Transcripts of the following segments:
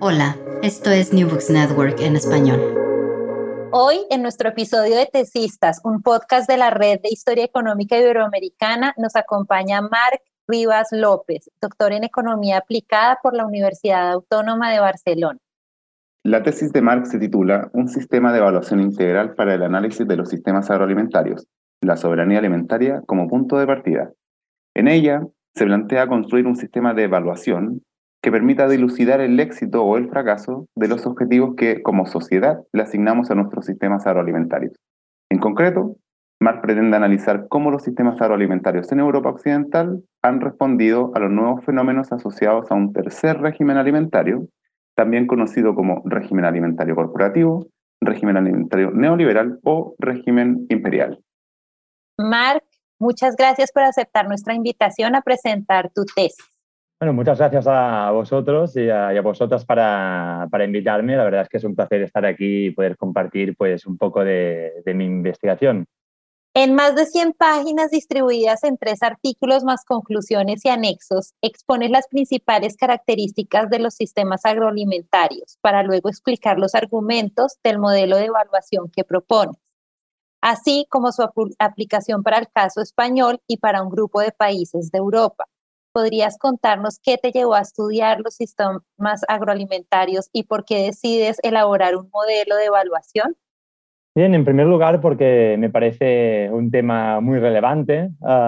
Hola, esto es New Books Network en español. Hoy, en nuestro episodio de Tesistas, un podcast de la Red de Historia Económica Iberoamericana, nos acompaña Marc Rivas López, doctor en Economía Aplicada por la Universidad Autónoma de Barcelona. La tesis de Marc se titula Un sistema de evaluación integral para el análisis de los sistemas agroalimentarios, la soberanía alimentaria como punto de partida. En ella se plantea construir un sistema de evaluación que permita dilucidar el éxito o el fracaso de los objetivos que, como sociedad, le asignamos a nuestros sistemas agroalimentarios. En concreto, Marc pretende analizar cómo los sistemas agroalimentarios en Europa Occidental han respondido a los nuevos fenómenos asociados a un tercer régimen alimentario, también conocido como régimen alimentario corporativo, régimen alimentario neoliberal o régimen imperial. Marc, muchas gracias por aceptar nuestra invitación a presentar tu tesis. Bueno, muchas gracias a vosotros y a vosotras para invitarme. La verdad es que es un placer estar aquí y poder compartir pues, un poco de mi investigación. En más de 100 páginas distribuidas en 3 artículos más conclusiones y anexos, expones las principales características de los sistemas agroalimentarios para luego explicar los argumentos del modelo de evaluación que propones, así como su aplicación para el caso español y para un grupo de países de Europa. ¿Podrías contarnos qué te llevó a estudiar los sistemas agroalimentarios y por qué decides elaborar un modelo de evaluación? Bien, en primer lugar porque me parece un tema muy relevante.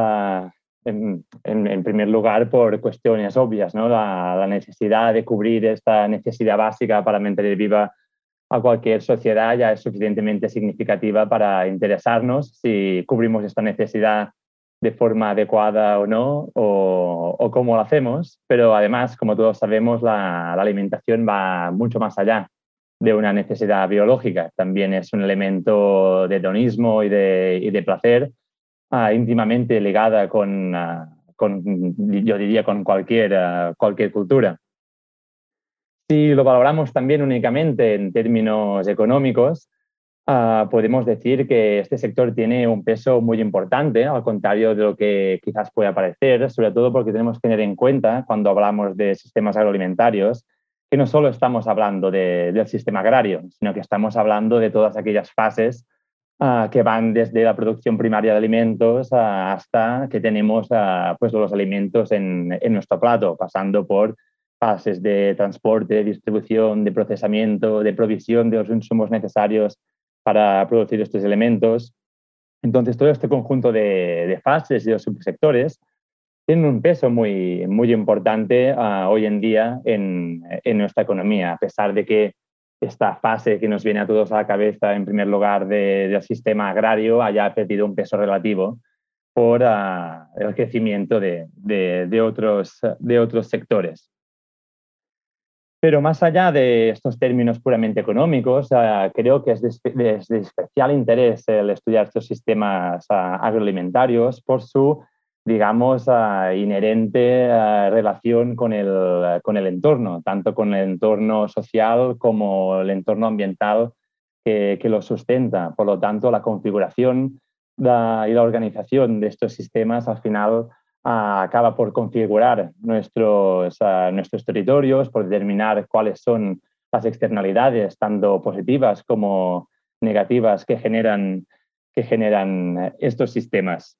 En primer lugar por cuestiones obvias, ¿no? La necesidad de cubrir esta necesidad básica para mantener viva a cualquier sociedad ya es suficientemente significativa para interesarnos si cubrimos esta necesidad de forma adecuada o no, o cómo lo hacemos. Pero además, como todos sabemos, la alimentación va mucho más allá de una necesidad biológica. También es un elemento de hedonismo y de placer íntimamente ligada con, yo diría, con cualquier cultura. Si lo valoramos también únicamente en términos económicos, podemos decir que este sector tiene un peso muy importante, al contrario de lo que quizás pueda parecer, sobre todo porque tenemos que tener en cuenta, cuando hablamos de sistemas agroalimentarios, que no solo estamos hablando del sistema agrario, sino que estamos hablando de todas aquellas fases que van desde la producción primaria de alimentos hasta que tenemos pues los alimentos en nuestro plato, pasando por fases de transporte, de distribución, de procesamiento, de provisión de los insumos necesarios para producir estos elementos. Entonces, todo este conjunto de fases y de subsectores tienen un peso muy, muy importante hoy en día en nuestra economía, a pesar de que esta fase que nos viene a todos a la cabeza, en primer lugar, del sistema agrario, haya perdido un peso relativo por el crecimiento de otros sectores. Pero más allá de estos términos puramente económicos, creo que es de especial interés el estudiar estos sistemas agroalimentarios por su, digamos, inherente relación con el entorno, tanto con el entorno social como el entorno ambiental que lo sustenta. Por lo tanto, la configuración y la organización de estos sistemas al final acaba por configurar nuestros territorios, por determinar cuáles son las externalidades, tanto positivas como negativas, que generan estos sistemas.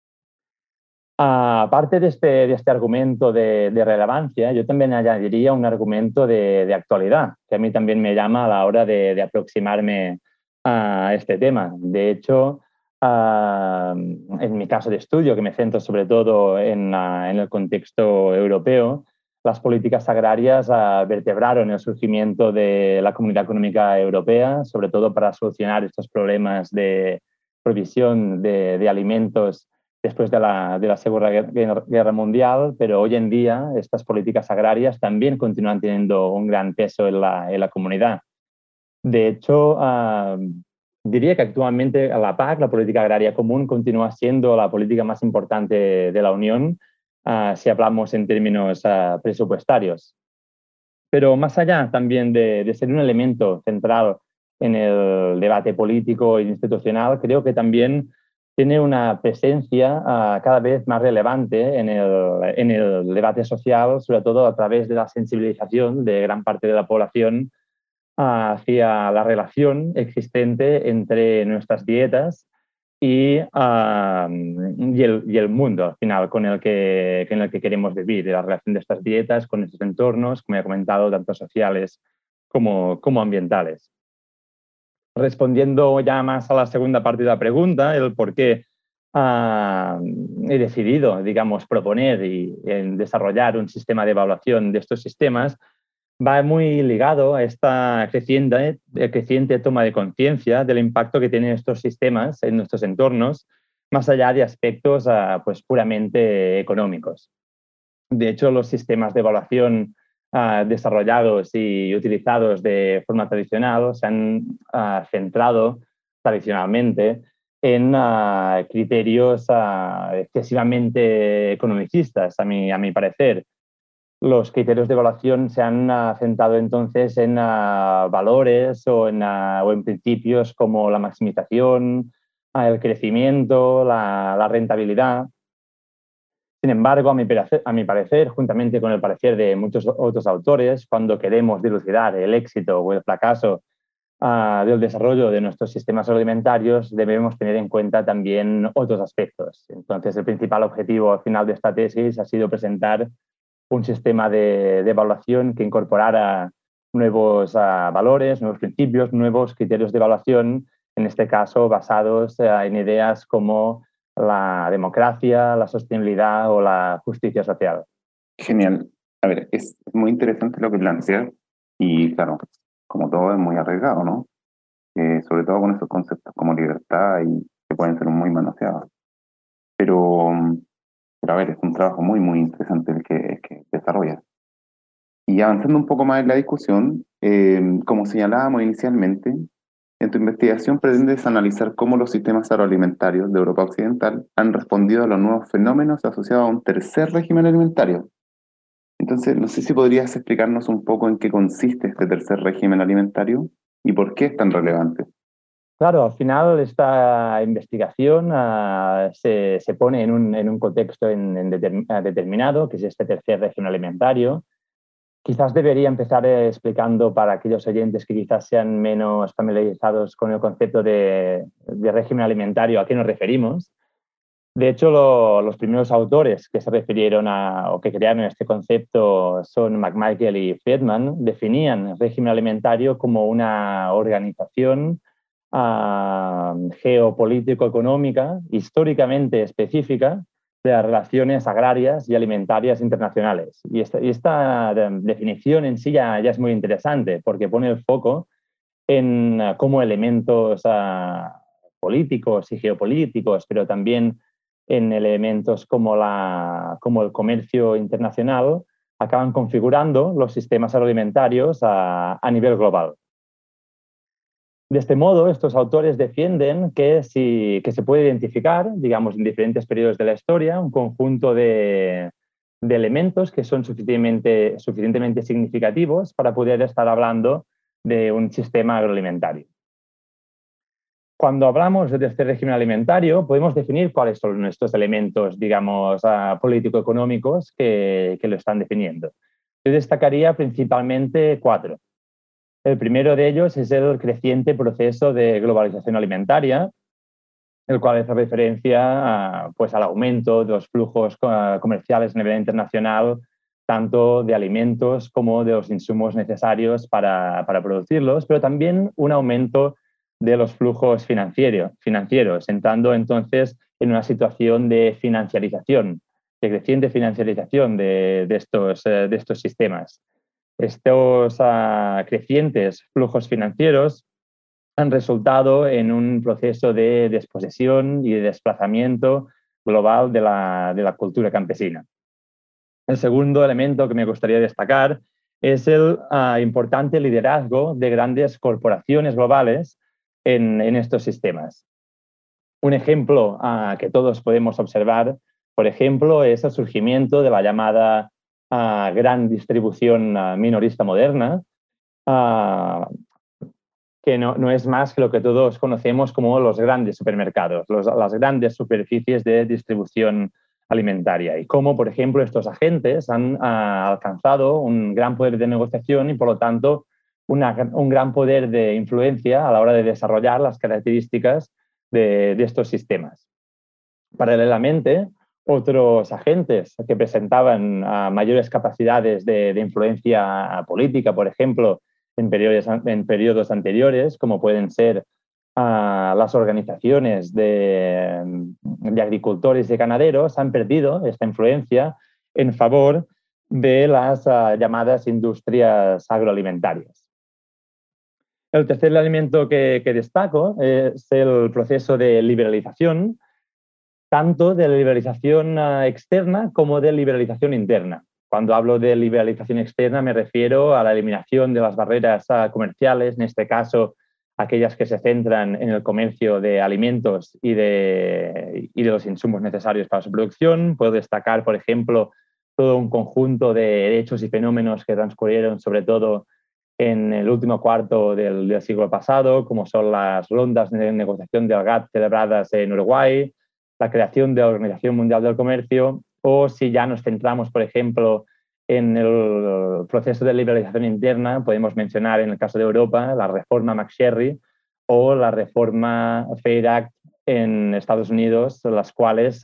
Aparte de este argumento de relevancia, yo también añadiría un argumento de actualidad, que a mí también me llama a la hora de aproximarme a este tema. De hecho, en mi caso de estudio, que me centro sobre todo en el contexto europeo, las políticas agrarias vertebraron el surgimiento de la Comunidad Económica Europea, sobre todo para solucionar estos problemas de provisión de alimentos después de la Segunda Guerra Mundial, pero hoy en día estas políticas agrarias también continúan teniendo un gran peso en la comunidad. De hecho, diría que actualmente la PAC, la Política Agraria Común, continúa siendo la política más importante de la Unión si hablamos en términos presupuestarios. Pero más allá también de ser un elemento central en el debate político e institucional, creo que también tiene una presencia cada vez más relevante en el debate social, sobre todo a través de la sensibilización de gran parte de la población hacia la relación existente entre nuestras dietas y el mundo al final con el que queremos vivir, la relación de estas dietas con estos entornos, como he comentado, tanto sociales como ambientales. Respondiendo ya más a la segunda parte de la pregunta, el por qué he decidido, digamos, proponer y desarrollar un sistema de evaluación de estos sistemas, va muy ligado a esta creciente toma de conciencia del impacto que tienen estos sistemas en nuestros entornos, más allá de aspectos pues, puramente económicos. De hecho, los sistemas de evaluación desarrollados y utilizados de forma tradicional se han centrado tradicionalmente en criterios excesivamente economicistas, a mi parecer. Los criterios de evaluación se han centrado entonces en valores o en principios como la maximización, el crecimiento, la rentabilidad. Sin embargo, a mi parecer, juntamente con el parecer de muchos otros autores, cuando queremos dilucidar el éxito o el fracaso del desarrollo de nuestros sistemas alimentarios, debemos tener en cuenta también otros aspectos. Entonces, el principal objetivo al final de esta tesis ha sido presentar un sistema de evaluación que incorporara nuevos valores, nuevos principios, nuevos criterios de evaluación, en este caso basados en ideas como la democracia, la sostenibilidad o la justicia social. Genial. A ver, es muy interesante lo que planteas y claro, como todo es muy arriesgado, ¿no? Sobre todo con esos conceptos como libertad y que pueden ser muy manoseados. Pero a ver, es un trabajo muy, muy interesante el que desarrollas. Y avanzando un poco más en la discusión, como señalábamos inicialmente, en tu investigación pretendes analizar cómo los sistemas agroalimentarios de Europa Occidental han respondido a los nuevos fenómenos asociados a un tercer régimen alimentario. Entonces, no sé si podrías explicarnos un poco en qué consiste este tercer régimen alimentario y por qué es tan relevante. Claro, al final esta investigación se pone en un contexto determinado, que es este tercer régimen alimentario. Quizás debería empezar explicando para aquellos oyentes que quizás sean menos familiarizados con el concepto de régimen alimentario a qué nos referimos. De hecho, los primeros autores que se refirieron o que crearon este concepto son McMichael y Friedman. Definían el régimen alimentario como una organización geopolítico-económica históricamente específica de las relaciones agrarias y alimentarias internacionales. Y esta definición en sí ya es muy interesante porque pone el foco en cómo elementos políticos y geopolíticos, pero también en elementos como el comercio internacional, acaban configurando los sistemas agroalimentarios a nivel global. De este modo, estos autores defienden que se puede identificar, digamos, en diferentes periodos de la historia, un conjunto de elementos que son suficientemente significativos para poder estar hablando de un sistema agroalimentario. Cuando hablamos de este régimen alimentario, podemos definir cuáles son nuestros elementos, digamos, político-económicos que lo están definiendo. Yo destacaría principalmente 4. El primero de ellos es el creciente proceso de globalización alimentaria, el cual hace referencia pues, al aumento de los flujos comerciales a nivel internacional, tanto de alimentos como de los insumos necesarios para producirlos, pero también un aumento de los flujos financieros, entrando entonces en una situación de financiarización, de creciente financiarización de estos sistemas. Estos crecientes flujos financieros han resultado en un proceso de desposesión y de desplazamiento global de la cultura campesina. El segundo elemento que me gustaría destacar es el importante liderazgo de grandes corporaciones globales en estos sistemas. Un ejemplo que todos podemos observar, por ejemplo, es el surgimiento de la llamada gran distribución minorista moderna, que no es más que lo que todos conocemos como los grandes supermercados, las grandes superficies de distribución alimentaria, y cómo, por ejemplo, estos agentes han alcanzado un gran poder de negociación y, por lo tanto, un gran poder de influencia a la hora de desarrollar las características de estos sistemas. Paralelamente, otros agentes que presentaban mayores capacidades de influencia política, por ejemplo, en periodos anteriores, como pueden ser las organizaciones de agricultores y ganaderos, han perdido esta influencia en favor de las llamadas industrias agroalimentarias. El tercer elemento que destaco es el proceso de liberalización, tanto de liberalización externa como de liberalización interna. Cuando hablo de liberalización externa me refiero a la eliminación de las barreras comerciales, en este caso aquellas que se centran en el comercio de alimentos y de los insumos necesarios para su producción. Puedo destacar, por ejemplo, todo un conjunto de hechos y fenómenos que transcurrieron sobre todo en el último cuarto del siglo pasado, como son las rondas de negociación del GATT celebradas en Uruguay, la creación de la Organización Mundial del Comercio, o si ya nos centramos, por ejemplo, en el proceso de liberalización interna, podemos mencionar en el caso de Europa la reforma McSherry o la reforma Fair Act en Estados Unidos, las cuales,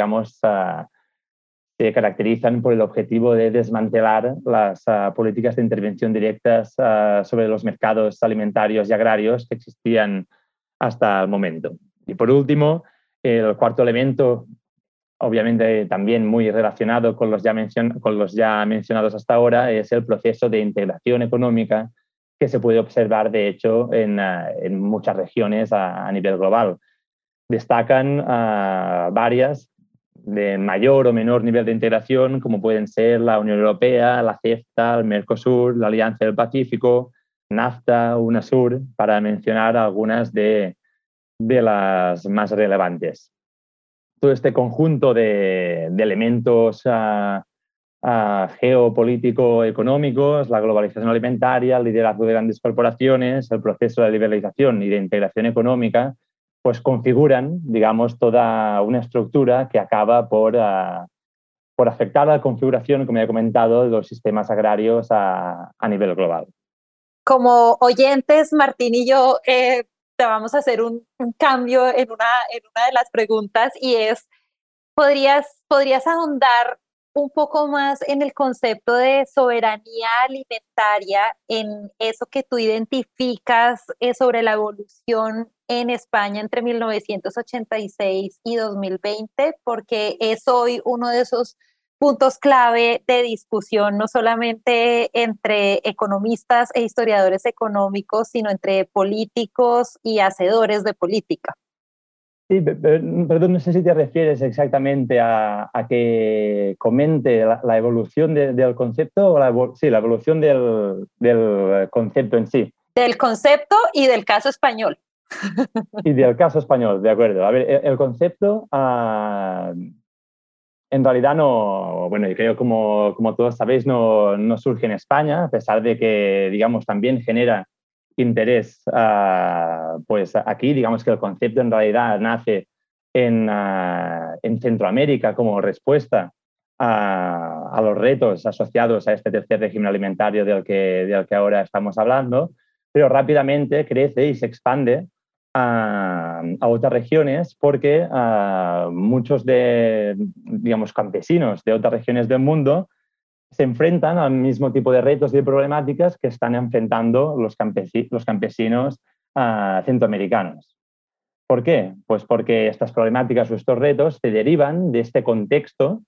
se caracterizan por el objetivo de desmantelar las políticas de intervención directas sobre los mercados alimentarios y agrarios que existían hasta el momento. Y por último, el cuarto elemento, obviamente también muy relacionado con los ya mencionados hasta ahora, es el proceso de integración económica que se puede observar, de hecho, en muchas regiones a nivel global. Destacan varias de mayor o menor nivel de integración, como pueden ser la Unión Europea, la CEFTA, el Mercosur, la Alianza del Pacífico, NAFTA, UNASUR, para mencionar algunas de las más relevantes. Todo este conjunto de elementos geopolítico-económicos, la globalización alimentaria, el liderazgo de grandes corporaciones, el proceso de liberalización y de integración económica, pues configuran, digamos, toda una estructura que acaba por afectar a la configuración, como ya he comentado, de los sistemas agrarios a nivel global. Como oyentes, Martín y yo te vamos a hacer un cambio en una de las preguntas, y es, ¿podrías ahondar un poco más en el concepto de soberanía alimentaria, en eso que tú identificas sobre la evolución en España entre 1986 y 2020? Porque es hoy uno de esos puntos clave de discusión, no solamente entre economistas e historiadores económicos, sino entre políticos y hacedores de política. Sí, perdón, no sé si te refieres exactamente a que comente la evolución del concepto o la evolución del concepto en sí. Del concepto y del caso español. Y del caso español, de acuerdo. A ver, el concepto en realidad no, bueno, y creo como todos sabéis, no surge en España, a pesar de que, digamos, también genera interés pues aquí. Digamos que el concepto en realidad nace en Centroamérica como respuesta a los retos asociados a este tercer régimen alimentario del que ahora estamos hablando, pero rápidamente crece y se expande a otras regiones porque muchos digamos, campesinos de otras regiones del mundo se enfrentan al mismo tipo de retos y de problemáticas que están enfrentando los campesinos centroamericanos. ¿Por qué? Pues porque estas problemáticas o estos retos se derivan de este contexto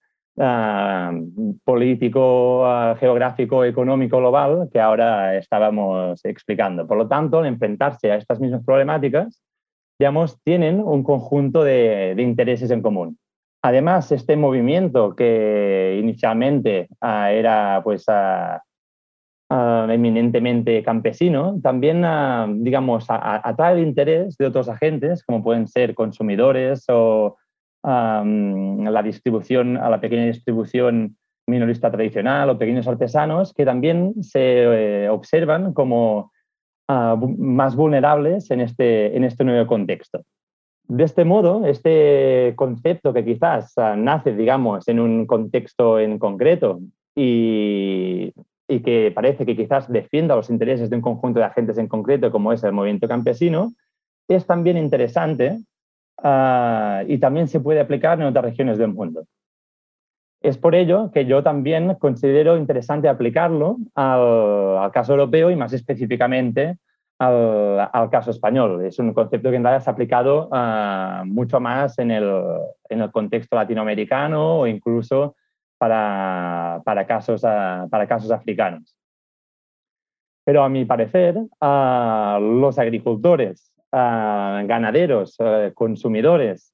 político, geográfico, económico, global que ahora estábamos explicando. Por lo tanto, al enfrentarse a estas mismas problemáticas, digamos, tienen un conjunto de intereses en común. Además, este movimiento que inicialmente era pues, eminentemente campesino, también digamos, atrae el interés de otros agentes, como pueden ser consumidores o la pequeña distribución minorista tradicional o pequeños artesanos, que también se observan como más vulnerables en este nuevo contexto. De este modo, este concepto que quizás nace, digamos, en un contexto en concreto y que parece que quizás defienda los intereses de un conjunto de agentes en concreto, como es el movimiento campesino, es también interesante y también se puede aplicar en otras regiones del mundo. Es por ello que yo también considero interesante aplicarlo al caso europeo y más específicamente al caso español. Es un concepto que en realidad se ha aplicado mucho más en el contexto latinoamericano o incluso para casos africanos. Pero a mi parecer, los agricultores, ganaderos, consumidores,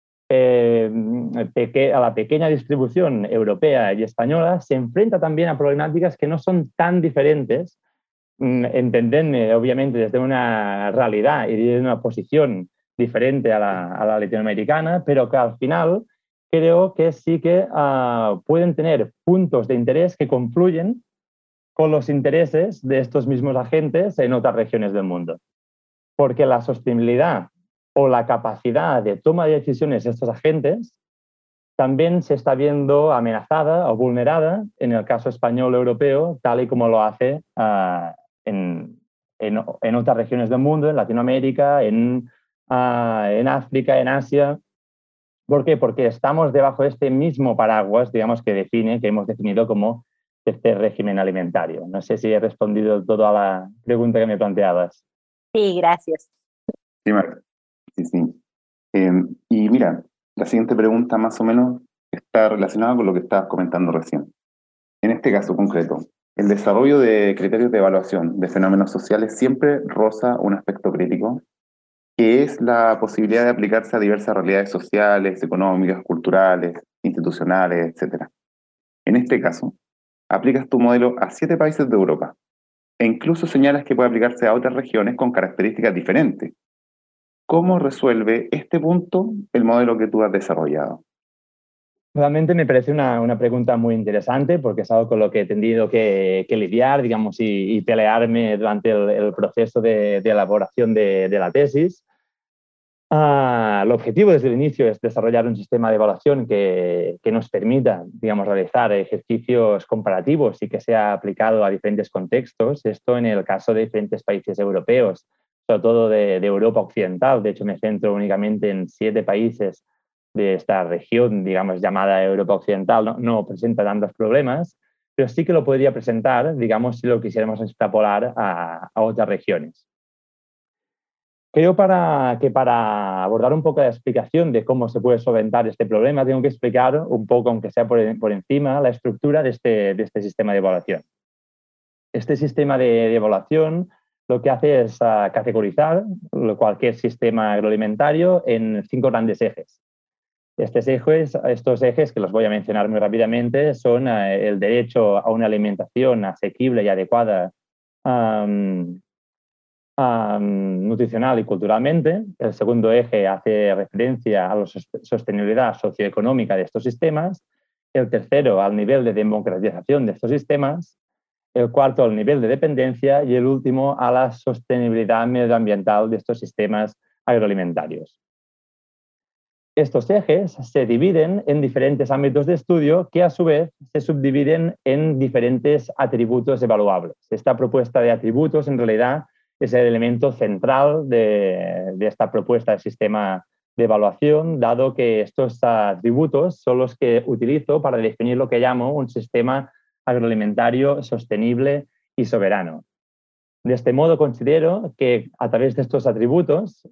a la pequeña distribución europea y española se enfrenta también a problemáticas que no son tan diferentes, entendedme obviamente desde una realidad y desde una posición diferente a la latinoamericana, pero que al final creo que sí que pueden tener puntos de interés que confluyen con los intereses de estos mismos agentes en otras regiones del mundo. Porque la sostenibilidad o la capacidad de toma de decisiones de estos agentes también se está viendo amenazada o vulnerada en el caso español o europeo, tal y como lo hace en otras regiones del mundo, en Latinoamérica, en África, en Asia. ¿Por qué? Porque estamos debajo de este mismo paraguas, digamos, que hemos definido como este régimen alimentario. No sé si he respondido todo a la pregunta que me planteabas. Sí, gracias. Sí, Marta. Sí. Y mira, la siguiente pregunta más o menos está relacionada con lo que estabas comentando recién. En este caso concreto, el desarrollo de criterios de evaluación de fenómenos sociales siempre roza un aspecto crítico, que es la posibilidad de aplicarse a diversas realidades sociales, económicas, culturales, institucionales, etc. En este caso, aplicas tu modelo a 7 países de Europa e incluso señalas que puede aplicarse a otras regiones con características diferentes. ¿Cómo resuelve este punto el modelo que tú has desarrollado? Realmente me parece una pregunta muy interesante porque es algo con lo que he tenido que lidiar, digamos, y pelearme durante el proceso de elaboración de la tesis. El objetivo desde el inicio es desarrollar un sistema de evaluación que nos permita, digamos, realizar ejercicios comparativos y que sea aplicado a diferentes contextos. Esto en el caso de diferentes países europeos, sobre todo de Europa Occidental. De hecho, me centro únicamente en 7 países de esta región, digamos, llamada Europa Occidental. No presenta tantos problemas, pero sí que lo podría presentar, digamos, si lo quisiéramos extrapolar a otras regiones. Creo que para abordar un poco la explicación de cómo se puede solventar este problema, tengo que explicar un poco, aunque sea por encima, la estructura de este sistema de evaluación. Este sistema de evaluación lo que hace es categorizar cualquier sistema agroalimentario en 5 grandes ejes. Estos ejes, que los voy a mencionar muy rápidamente, son el derecho a una alimentación asequible y adecuada nutricional y culturalmente. El segundo eje hace referencia a la sostenibilidad socioeconómica de estos sistemas. El tercero, al nivel de democratización de estos sistemas. El cuarto, al nivel de dependencia. Y el último, a la sostenibilidad medioambiental de estos sistemas agroalimentarios. Estos ejes se dividen en diferentes ámbitos de estudio que a su vez se subdividen en diferentes atributos evaluables. Esta propuesta de atributos en realidad es el elemento central de esta propuesta de sistema de evaluación, dado que estos atributos son los que utilizo para definir lo que llamo un sistema agroalimentario sostenible y soberano. De este modo, considero que a través de estos atributos,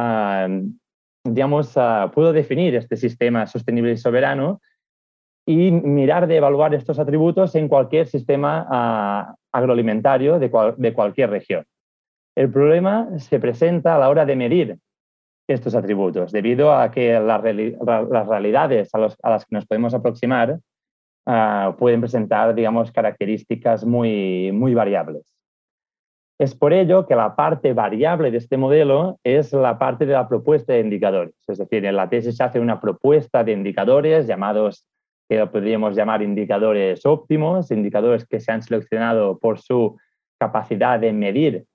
puedo definir este sistema sostenible y soberano y mirar de evaluar estos atributos en cualquier sistema agroalimentario de cualquier región. El problema se presenta a la hora de medir estos atributos, debido a que las realidades a las que nos podemos aproximar pueden presentar, digamos, características muy, muy variables. Es por ello que la parte variable de este modelo es la parte de la propuesta de indicadores. Es decir, en la tesis se hace una propuesta de indicadores que podríamos llamar indicadores óptimos, indicadores que se han seleccionado por su capacidad de medir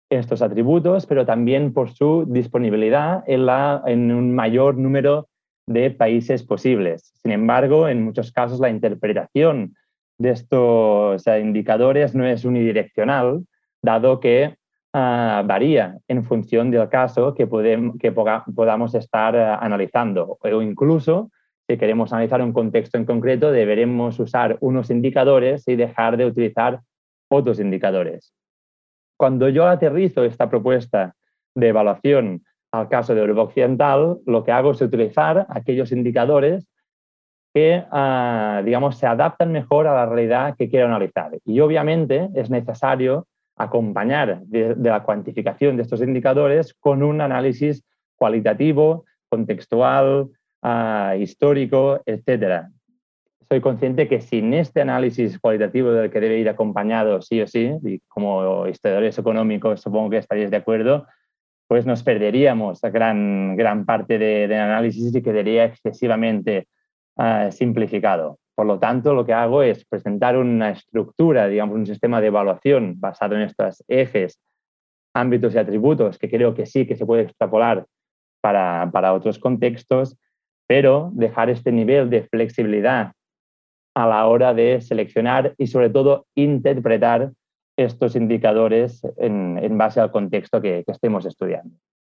en estos atributos, pero también por su disponibilidad en un mayor número de países posibles. Sin embargo, en muchos casos la interpretación de estos indicadores no es unidireccional, dado que varía en función del caso que podamos estar analizando. O incluso, si queremos analizar un contexto en concreto, deberemos usar unos indicadores y dejar de utilizar otros indicadores. Cuando yo aterrizo esta propuesta de evaluación al caso de Europa Occidental, lo que hago es utilizar aquellos indicadores que, digamos, se adaptan mejor a la realidad que quiero analizar. Y obviamente es necesario acompañar de la cuantificación de estos indicadores con un análisis cualitativo, contextual, histórico, etcétera. Soy consciente que sin este análisis cualitativo del que debe ir acompañado sí o sí, y como historiadores económicos supongo que estaréis de acuerdo, pues nos perderíamos gran parte del análisis y quedaría excesivamente simplificado. Por lo tanto, lo que hago es presentar una estructura, digamos, un sistema de evaluación basado en estos ejes, ámbitos y atributos que creo que sí que se puede extrapolar para otros contextos, pero dejar este nivel de flexibilidad a la hora de seleccionar y sobre todo interpretar estos indicadores en base al contexto que estemos estudiando.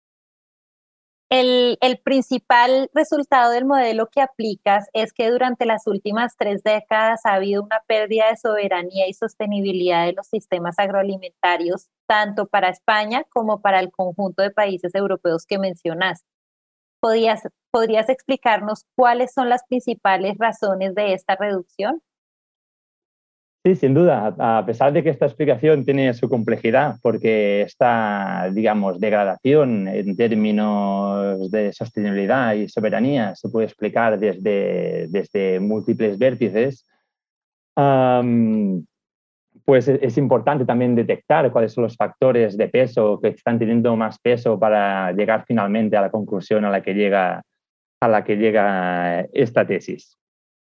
El principal resultado del modelo que aplicas es que durante las últimas 3 décadas ha habido una pérdida de soberanía y sostenibilidad de los sistemas agroalimentarios, tanto para España como para el conjunto de países europeos que mencionaste. ¿Podrías explicarnos cuáles son las principales razones de esta reducción? Sí, sin duda, a pesar de que esta explicación tiene su complejidad, porque esta, digamos, degradación en términos de sostenibilidad y soberanía se puede explicar desde múltiples vértices, pues es importante también detectar cuáles son los factores de peso que están teniendo más peso para llegar finalmente a la conclusión a la que llega esta tesis.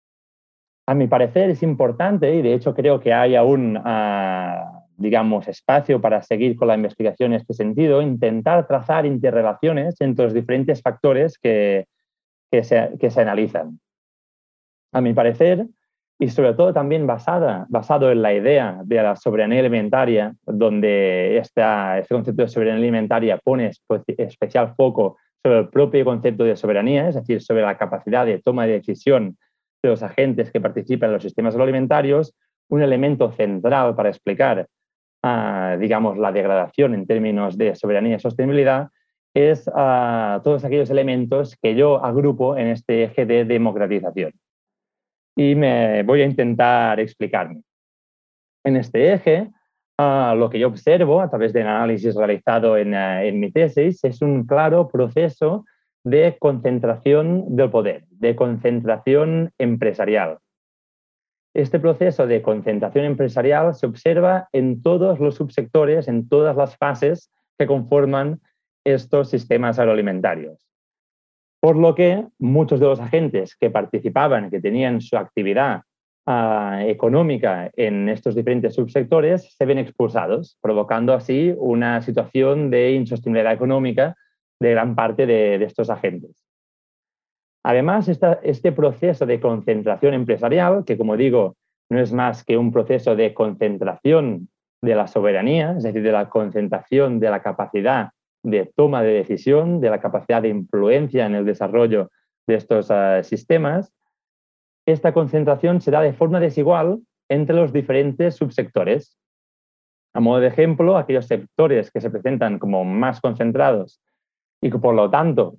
A mi parecer es importante, y de hecho creo que hay aún, digamos, espacio para seguir con la investigación en este sentido, intentar trazar interrelaciones entre los diferentes factores que se analizan. A mi parecer, y sobre todo también basado en la idea de la soberanía alimentaria, donde este concepto de soberanía alimentaria pone especial foco sobre el propio concepto de soberanía, es decir, sobre la capacidad de toma de decisión de los agentes que participan en los sistemas agroalimentarios, un elemento central para explicar, digamos, la degradación en términos de soberanía y sostenibilidad es todos aquellos elementos que yo agrupo en este eje de democratización. Y me voy a intentar explicarme. En este eje, lo que yo observo a través del análisis realizado en mi tesis es un claro proceso de concentración del poder, de concentración empresarial. Este proceso de concentración empresarial se observa en todos los subsectores, en todas las fases que conforman estos sistemas agroalimentarios. Por lo que muchos de los agentes que participaban, que tenían su actividad económica en estos diferentes subsectores, se ven expulsados, provocando así una situación de insostenibilidad económica de gran parte de estos agentes. Además, este proceso de concentración empresarial, que como digo, no es más que un proceso de concentración de la soberanía, es decir, de la concentración de la capacidad de toma de decisión, de la capacidad de influencia en el desarrollo de estos sistemas, esta concentración se da de forma desigual entre los diferentes subsectores. A modo de ejemplo, aquellos sectores que se presentan como más concentrados y que por lo tanto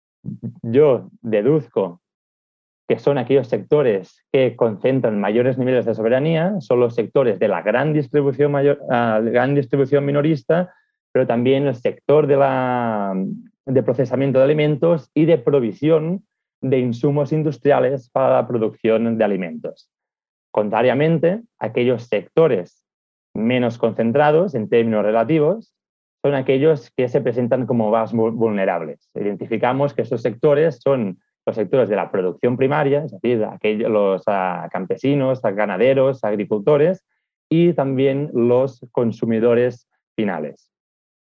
yo deduzco que son aquellos sectores que concentran mayores niveles de soberanía, son los sectores de la gran distribución minorista, pero también el sector de procesamiento de alimentos y de provisión de insumos industriales para la producción de alimentos. Contrariamente, aquellos sectores menos concentrados en términos relativos son aquellos que se presentan como más vulnerables. Identificamos que estos sectores son los sectores de la producción primaria, es decir, los campesinos, ganaderos, agricultores y también los consumidores finales.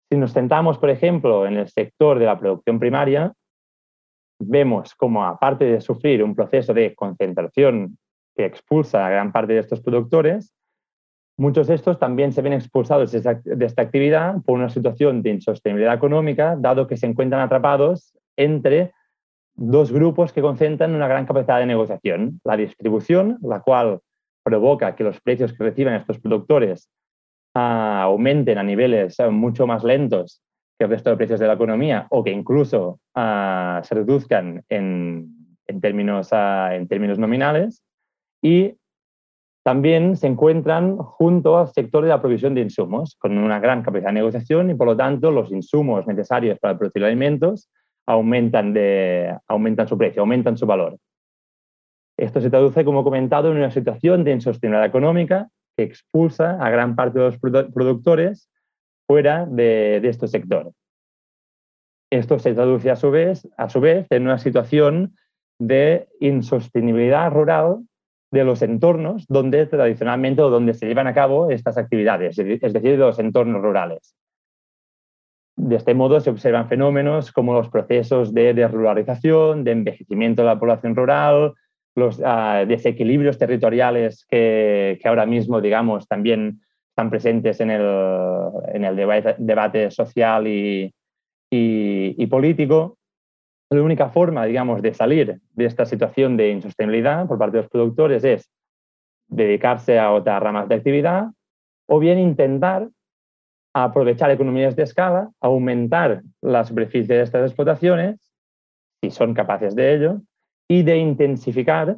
Si nos centramos, por ejemplo, en el sector de la producción primaria, vemos como, aparte de sufrir un proceso de concentración que expulsa a gran parte de estos productores, muchos de estos también se ven expulsados de esta actividad por una situación de insostenibilidad económica, dado que se encuentran atrapados entre dos grupos que concentran una gran capacidad de negociación. La distribución, la cual provoca que los precios que reciben estos productores aumenten a niveles mucho más lentos que el resto de precios de la economía, o que incluso se reduzcan en términos nominales, y también se encuentran junto al sector de la provisión de insumos, con una gran capacidad de negociación, y por lo tanto los insumos necesarios para producir alimentos aumentan su precio, aumentan su valor. Esto se traduce, como he comentado, en una situación de insostenibilidad económica que expulsa a gran parte de los productores fuera de este sector. Esto se traduce a su vez en una situación de insostenibilidad rural de los entornos donde tradicionalmente o donde se llevan a cabo estas actividades, es decir, de los entornos rurales. De este modo se observan fenómenos como los procesos de desruralización, de envejecimiento de la población rural, los desequilibrios territoriales que ahora mismo, digamos, también están presentes en el debate social y político. La única forma, digamos, de salir de esta situación de insostenibilidad por parte de los productores es dedicarse a otras ramas de actividad, o bien intentar aprovechar economías de escala, aumentar la superficie de estas explotaciones, si son capaces de ello, y de intensificar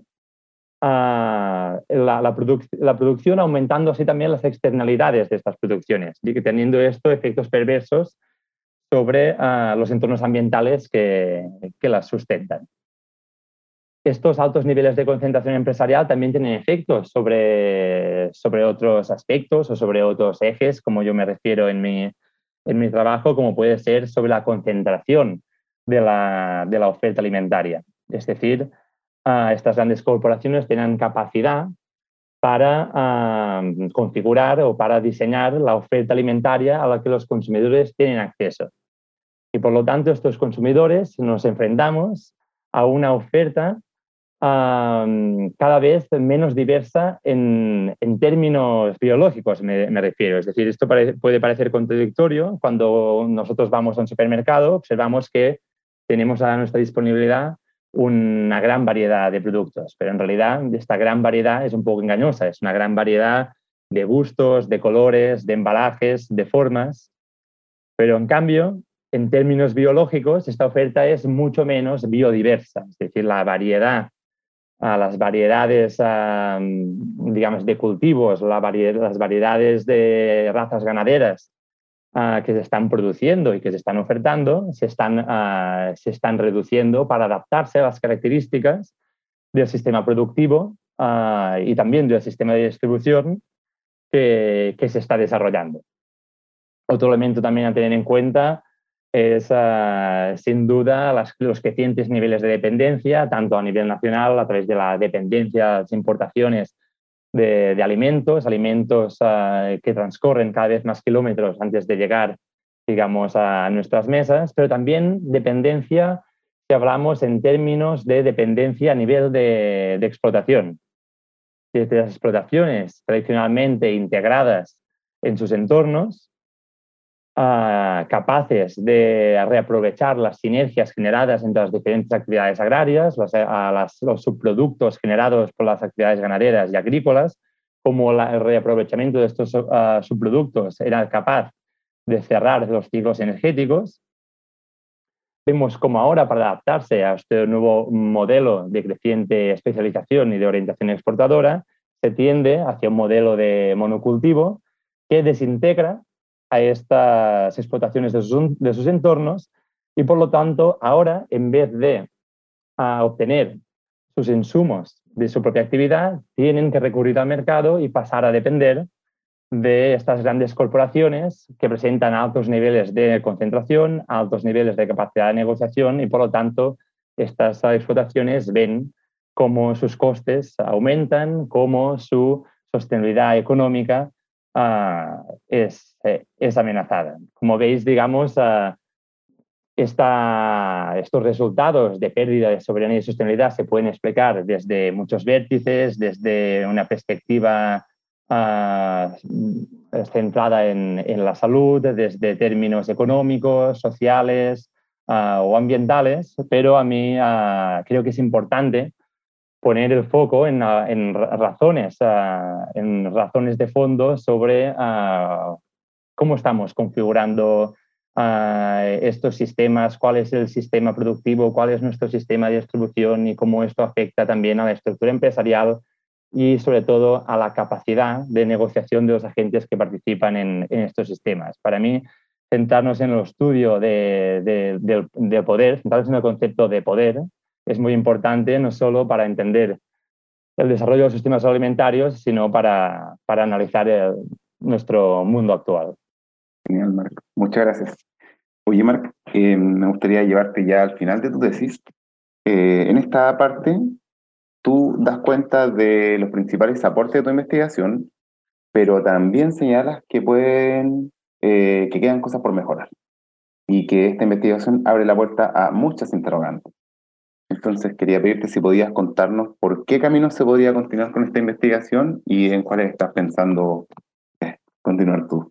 la producción, aumentando así también las externalidades de estas producciones, y teniendo esto efectos perversos sobre los entornos ambientales que las sustentan. Estos altos niveles de concentración empresarial también tienen efectos sobre otros aspectos o sobre otros ejes, como yo me refiero en mi trabajo, como puede ser sobre la concentración de la oferta alimentaria. Es decir, estas grandes corporaciones tienen capacidad para configurar o para diseñar la oferta alimentaria a la que los consumidores tienen acceso. Y por lo tanto, estos consumidores nos enfrentamos a una oferta cada vez menos diversa en términos biológicos, me refiero. Es decir, esto puede parecer contradictorio. Cuando nosotros vamos a un supermercado, observamos que tenemos a nuestra disponibilidad una gran variedad de productos, pero en realidad esta gran variedad es un poco engañosa. Es una gran variedad de gustos, de colores, de embalajes, de formas, pero en cambio, en términos biológicos, esta oferta es mucho menos biodiversa. Es decir, las variedades, digamos, de cultivos, las variedades de razas ganaderas que se están produciendo y que se están ofertando, se están reduciendo para adaptarse a las características del sistema productivo y también del sistema de distribución que se está desarrollando. Otro elemento también a tener en cuenta es, sin duda, los crecientes niveles de dependencia, tanto a nivel nacional, a través de la dependencia de las importaciones de alimentos que transcorren cada vez más kilómetros antes de llegar, digamos, a nuestras mesas, pero también dependencia, si hablamos en términos de dependencia a nivel de explotación. Desde las explotaciones tradicionalmente integradas en sus entornos, capaces de reaprovechar las sinergias generadas entre las diferentes actividades agrarias, los subproductos generados por las actividades ganaderas y agrícolas, como el reaprovechamiento de estos subproductos era capaz de cerrar los ciclos energéticos. Vemos como ahora, para adaptarse a este nuevo modelo de creciente especialización y de orientación exportadora, se tiende hacia un modelo de monocultivo que desintegra a estas explotaciones de sus entornos, y por lo tanto ahora, en vez de obtener sus insumos de su propia actividad, tienen que recurrir al mercado y pasar a depender de estas grandes corporaciones que presentan altos niveles de concentración, altos niveles de capacidad de negociación, y por lo tanto estas explotaciones ven cómo sus costes aumentan, cómo su sostenibilidad económica es amenazada. Como veis, digamos, estos resultados de pérdida de soberanía y sostenibilidad se pueden explicar desde muchos vértices, desde una perspectiva centrada en la salud, desde términos económicos, sociales o ambientales, pero a mí creo que es importante poner el foco en razones de fondo sobre cómo estamos configurando estos sistemas, cuál es el sistema productivo, cuál es nuestro sistema de distribución y cómo esto afecta también a la estructura empresarial y sobre todo a la capacidad de negociación de los agentes que participan en estos sistemas. Para mí, centrarnos en el estudio del poder, centrarnos en el concepto de poder, es muy importante no solo para entender el desarrollo de los sistemas alimentarios, sino para analizar nuestro mundo actual. Genial, Marc. Muchas gracias. Oye, Marc, me gustaría llevarte ya al final de tu tesis. En esta parte, tú das cuenta de los principales aportes de tu investigación, pero también señalas que que quedan cosas por mejorar y que esta investigación abre la puerta a muchas interrogantes. Entonces, quería pedirte si podías contarnos por qué camino se podría continuar con esta investigación y en cuáles estás pensando continuar tú.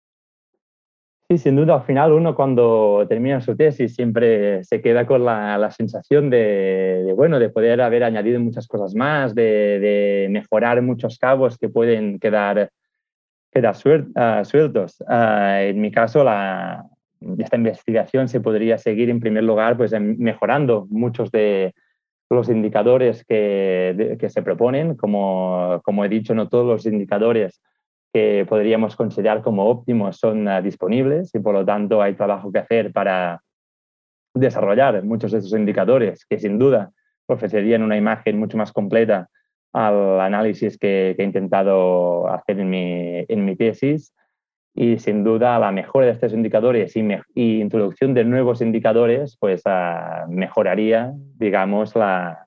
Sí, sin duda, al final uno cuando termina su tesis siempre se queda con la sensación de poder haber añadido muchas cosas más, de mejorar muchos cabos que pueden quedar sueltos. En mi caso, esta investigación se podría seguir en primer lugar pues, mejorando muchos de los indicadores que se proponen. Como he dicho, no todos los indicadores que podríamos considerar como óptimos son disponibles y por lo tanto hay trabajo que hacer para desarrollar muchos de esos indicadores que sin duda ofrecerían una imagen mucho más completa al análisis que he intentado hacer en mi tesis y sin duda la mejora de estos indicadores y introducción de nuevos indicadores pues mejoraría, digamos,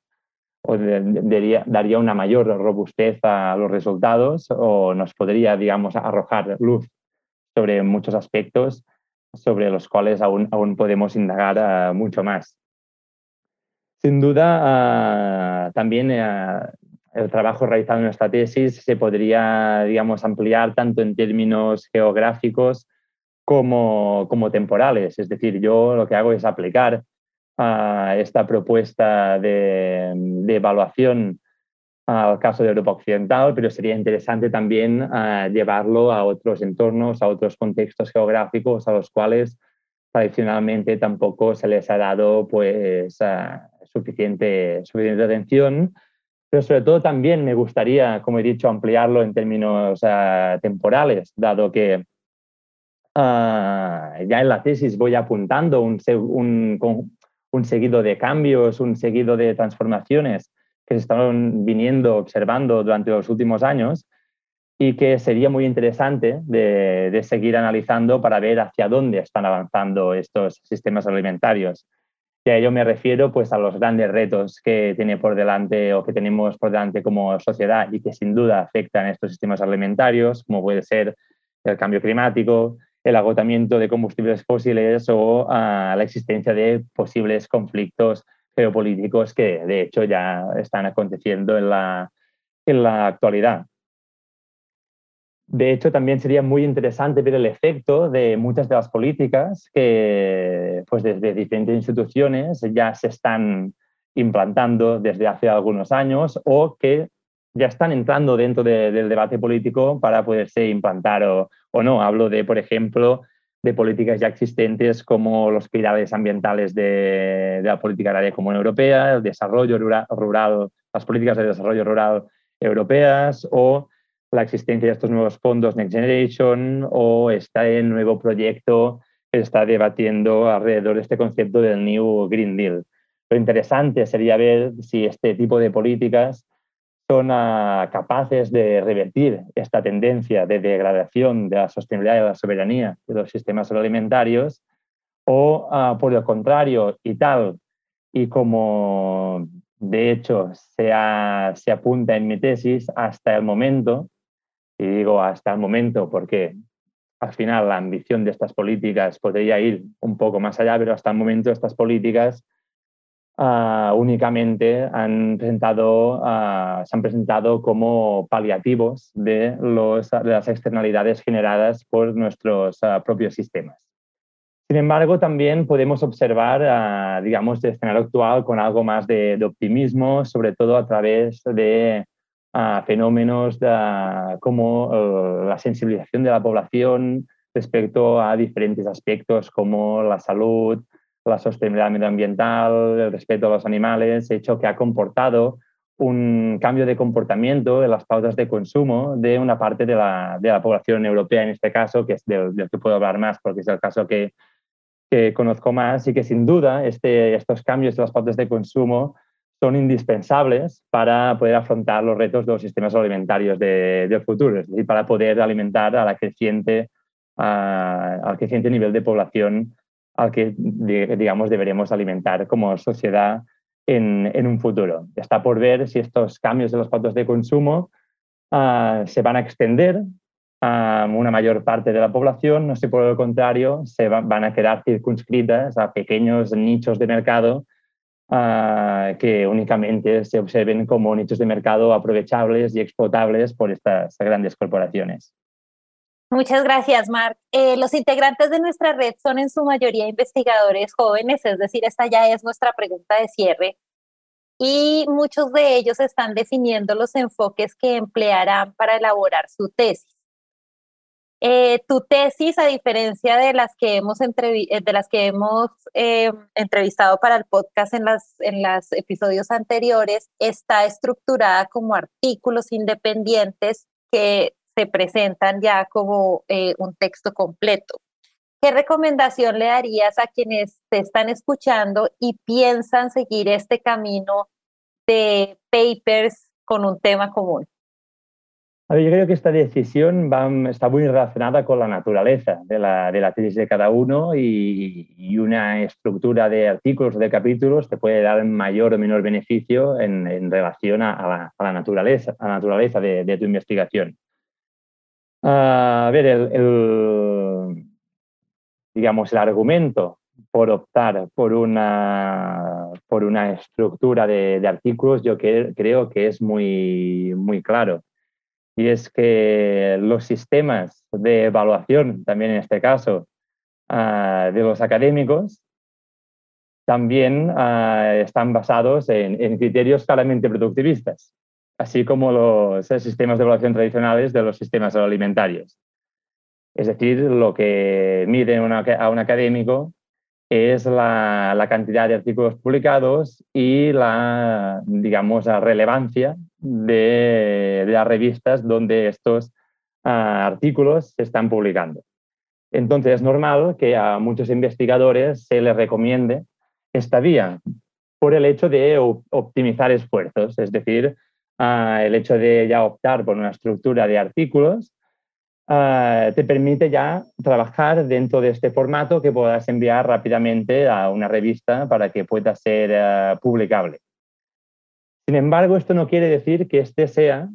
daría una mayor robustez a los resultados o nos podría, digamos, arrojar luz sobre muchos aspectos sobre los cuales aún podemos indagar mucho más. Sin duda, también el trabajo realizado en esta tesis se podría, digamos, ampliar tanto en términos geográficos como temporales. Es decir, yo lo que hago es aplicar esta propuesta de evaluación al caso de Europa Occidental, pero sería interesante también llevarlo a otros entornos, a otros contextos geográficos a los cuales tradicionalmente tampoco se les ha dado pues, suficiente atención, pero sobre todo también me gustaría, como he dicho, ampliarlo en términos temporales, dado que ya en la tesis voy apuntando un seguido de cambios, un seguido de transformaciones que se están observando durante los últimos años y que sería muy interesante de seguir analizando para ver hacia dónde están avanzando estos sistemas alimentarios. Y a ello me refiero pues, a los grandes retos que tiene por delante o que tenemos por delante como sociedad y que sin duda afectan a estos sistemas alimentarios, como puede ser el cambio climático, el agotamiento de combustibles fósiles o la existencia de posibles conflictos geopolíticos que de hecho ya están aconteciendo en la actualidad. De hecho, también sería muy interesante ver el efecto de muchas de las políticas que pues desde diferentes instituciones ya se están implantando desde hace algunos años o que ya están entrando dentro del debate político para poderse implantar o no. Hablo de, por ejemplo, de políticas ya existentes como los pilares ambientales de la política agraria común europea, el desarrollo rural, las políticas de desarrollo rural europeas o la existencia de estos nuevos fondos Next Generation o este nuevo proyecto que se está debatiendo alrededor de este concepto del New Green Deal. Lo interesante sería ver si este tipo de políticas son capaces de revertir esta tendencia de degradación de la sostenibilidad y de la soberanía de los sistemas agroalimentarios o, por el contrario, y como de hecho se apunta en mi tesis, hasta el momento Y digo hasta el momento porque al final la ambición de estas políticas podría ir un poco más allá, pero hasta el momento estas políticas únicamente se han presentado como paliativos de las externalidades generadas por nuestros propios sistemas. Sin embargo, también podemos observar, digamos, el escenario actual con algo más de optimismo, sobre todo a través de fenómenos como la sensibilización de la población respecto a diferentes aspectos como la salud, la sostenibilidad medioambiental, el respeto a los animales, hecho que ha comportado un cambio de comportamiento en las pautas de consumo de una parte de la población europea, en este caso, que es del que puedo hablar más porque es el caso que conozco más, y que sin duda estos cambios en las pautas de consumo son indispensables para poder afrontar los retos de los sistemas alimentarios del futuro, es decir, para poder alimentar al creciente nivel de población al que, digamos, deberemos alimentar como sociedad en un futuro. Está por ver si estos cambios en las pautas de consumo se van a extender a una mayor parte de la población, no sé, por el contrario, van a quedar circunscritas a pequeños nichos de mercado que únicamente se observen como nichos de mercado aprovechables y explotables por estas grandes corporaciones. Muchas gracias, Marc. Los integrantes de nuestra red son en su mayoría investigadores jóvenes, es decir, esta ya es nuestra pregunta de cierre, y muchos de ellos están definiendo los enfoques que emplearán para elaborar su tesis. Tu tesis, a diferencia de las que hemos entrevistado para el podcast en los episodios anteriores, está estructurada como artículos independientes que se presentan ya como un texto completo. ¿Qué recomendación le darías a quienes te están escuchando y piensan seguir este camino de papers con un tema común? A ver, yo creo que esta decisión está muy relacionada con la naturaleza de la tesis de cada uno, y una estructura de artículos o de capítulos te puede dar mayor o menor beneficio en relación a la naturaleza de tu investigación. A ver, digamos, el argumento por optar por una estructura de artículos, yo creo que es muy, muy claro. Y es que los sistemas de evaluación, también en este caso, de los académicos, también están basados en criterios claramente productivistas, así como los sistemas de evaluación tradicionales de los sistemas alimentarios. Es decir, lo que mide a un académico es la cantidad de artículos publicados y digamos, la relevancia de las revistas donde estos artículos se están publicando. Entonces, es normal que a muchos investigadores se les recomiende esta vía por el hecho de optimizar esfuerzos, es decir, el hecho de ya optar por una estructura de artículos te permite ya trabajar dentro de este formato que puedas enviar rápidamente a una revista para que pueda ser publicable. Sin embargo, esto no quiere decir que este sea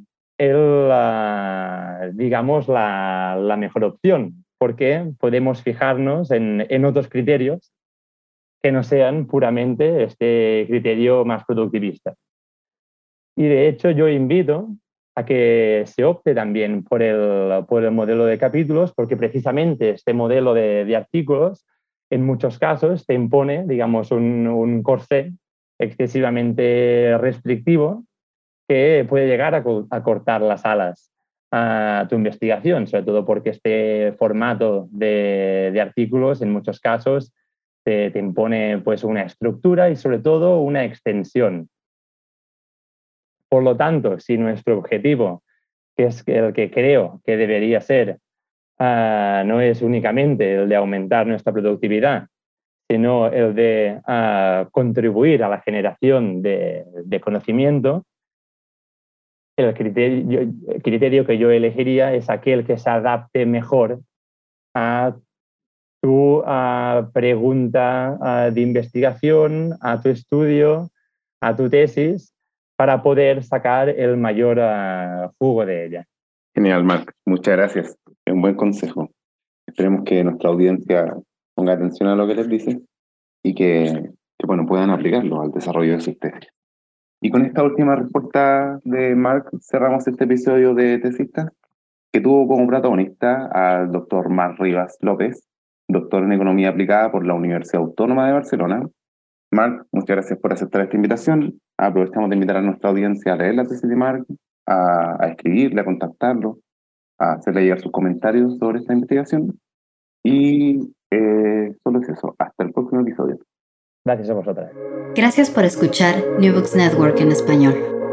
digamos, la mejor opción, porque podemos fijarnos en otros criterios que no sean puramente este criterio más productivista. Y de hecho yo invito a que se opte también por el modelo de capítulos, porque precisamente este modelo de artículos en muchos casos te impone, digamos, un corsé excesivamente restrictivo que puede llegar a cortar las alas a tu investigación, sobre todo porque este formato de artículos en muchos casos te impone, pues, una estructura y sobre todo una extensión. Por lo tanto, si nuestro objetivo, que es el que creo que debería ser, no es únicamente el de aumentar nuestra productividad, sino el de contribuir a la generación de conocimiento, el criterio que yo elegiría es aquel que se adapte mejor a tu pregunta de investigación, a tu estudio, a tu tesis, para poder sacar el mayor jugo de ella. Genial, Marc. Muchas gracias. Es un buen consejo. Esperemos que nuestra audiencia ponga atención a lo que les dice y que bueno, puedan aplicarlo al desarrollo de sus tesis. Y con esta última respuesta de Marc cerramos este episodio de Tesistas, que tuvo como protagonista al doctor Marc Rivas López, doctor en Economía Aplicada por la Universidad Autónoma de Barcelona. Marc, muchas gracias por aceptar esta invitación. Aprovechamos de invitar a nuestra audiencia a leer la tesis de Marc, a escribirle, a contactarlo, a hacerle llegar sus comentarios sobre esta investigación. Y solo es eso. Hasta el próximo episodio. Gracias a vosotras. Gracias por escuchar New Books Network en español.